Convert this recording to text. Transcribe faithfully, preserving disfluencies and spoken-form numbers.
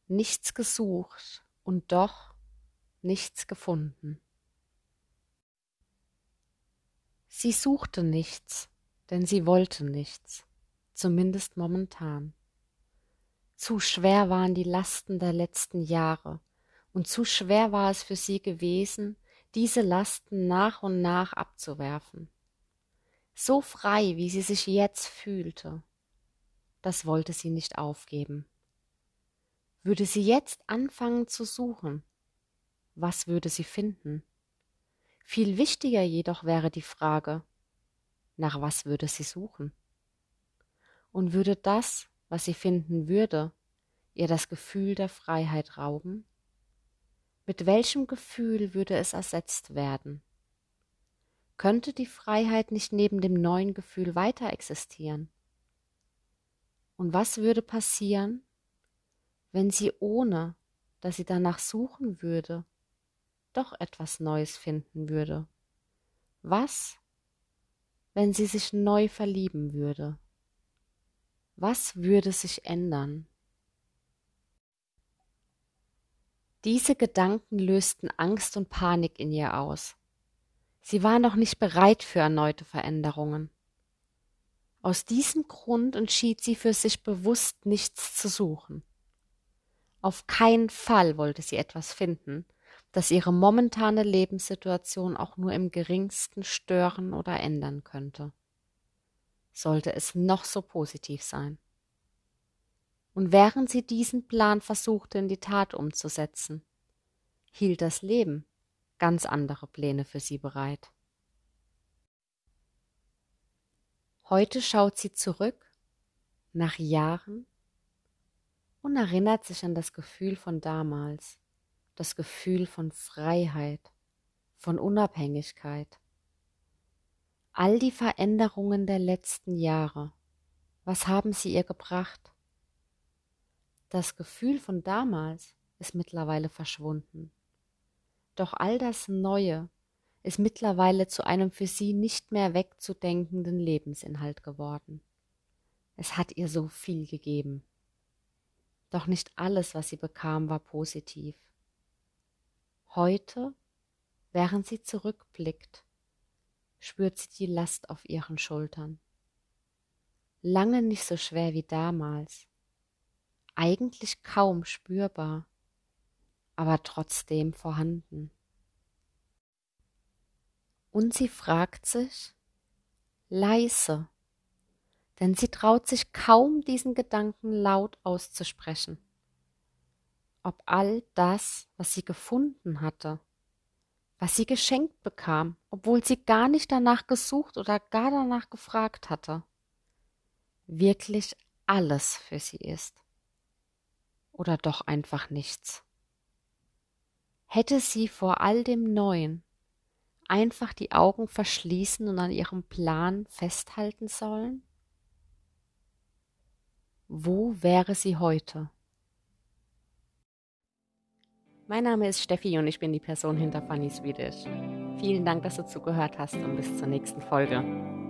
nichts gesucht und doch nichts gefunden. Sie suchte nichts, denn sie wollte nichts, zumindest momentan. Zu schwer waren die Lasten der letzten Jahre, und zu schwer war es für sie gewesen, diese Lasten nach und nach abzuwerfen. So frei, wie sie sich jetzt fühlte, das wollte sie nicht aufgeben. Würde sie jetzt anfangen zu suchen, was würde sie finden? Viel wichtiger jedoch wäre die Frage, nach was würde sie suchen? Und würde das, was sie finden würde, ihr das Gefühl der Freiheit rauben? Mit welchem Gefühl würde es ersetzt werden? Könnte die Freiheit nicht neben dem neuen Gefühl weiter existieren? Und was würde passieren, wenn sie, ohne dass sie danach suchen würde, doch etwas Neues finden würde? Was, wenn sie sich neu verlieben würde? Was würde sich ändern? Diese Gedanken lösten Angst und Panik in ihr aus. Sie war noch nicht bereit für erneute Veränderungen. Aus diesem Grund entschied sie für sich bewusst, nichts zu suchen. Auf keinen Fall wollte sie etwas finden, das ihre momentane Lebenssituation auch nur im geringsten stören oder ändern könnte. Sollte es noch so positiv sein. Und während sie diesen Plan versuchte in die Tat umzusetzen, hielt das Leben ganz andere Pläne für sie bereit. Heute schaut sie zurück, nach Jahren, und erinnert sich an das Gefühl von damals, das Gefühl von Freiheit, von Unabhängigkeit. All die Veränderungen der letzten Jahre, was haben sie ihr gebracht? Das Gefühl von damals ist mittlerweile verschwunden. Doch all das Neue ist mittlerweile zu einem für sie nicht mehr wegzudenkenden Lebensinhalt geworden. Es hat ihr so viel gegeben. Doch nicht alles, was sie bekam, war positiv. Heute, während sie zurückblickt, spürt sie die Last auf ihren Schultern. Lange nicht so schwer wie damals. Eigentlich kaum spürbar, aber trotzdem vorhanden. Und sie fragt sich, leise, denn sie traut sich kaum, diesen Gedanken laut auszusprechen, ob all das, was sie gefunden hatte, was sie geschenkt bekam, obwohl sie gar nicht danach gesucht oder gar danach gefragt hatte, wirklich alles für sie ist. Oder doch einfach nichts. Hätte sie vor all dem Neuen einfach die Augen verschließen und an ihrem Plan festhalten sollen? Wo wäre sie heute? Mein Name ist Steffi und ich bin die Person hinter Funny Swedish. Vielen Dank, dass du zugehört hast und bis zur nächsten Folge.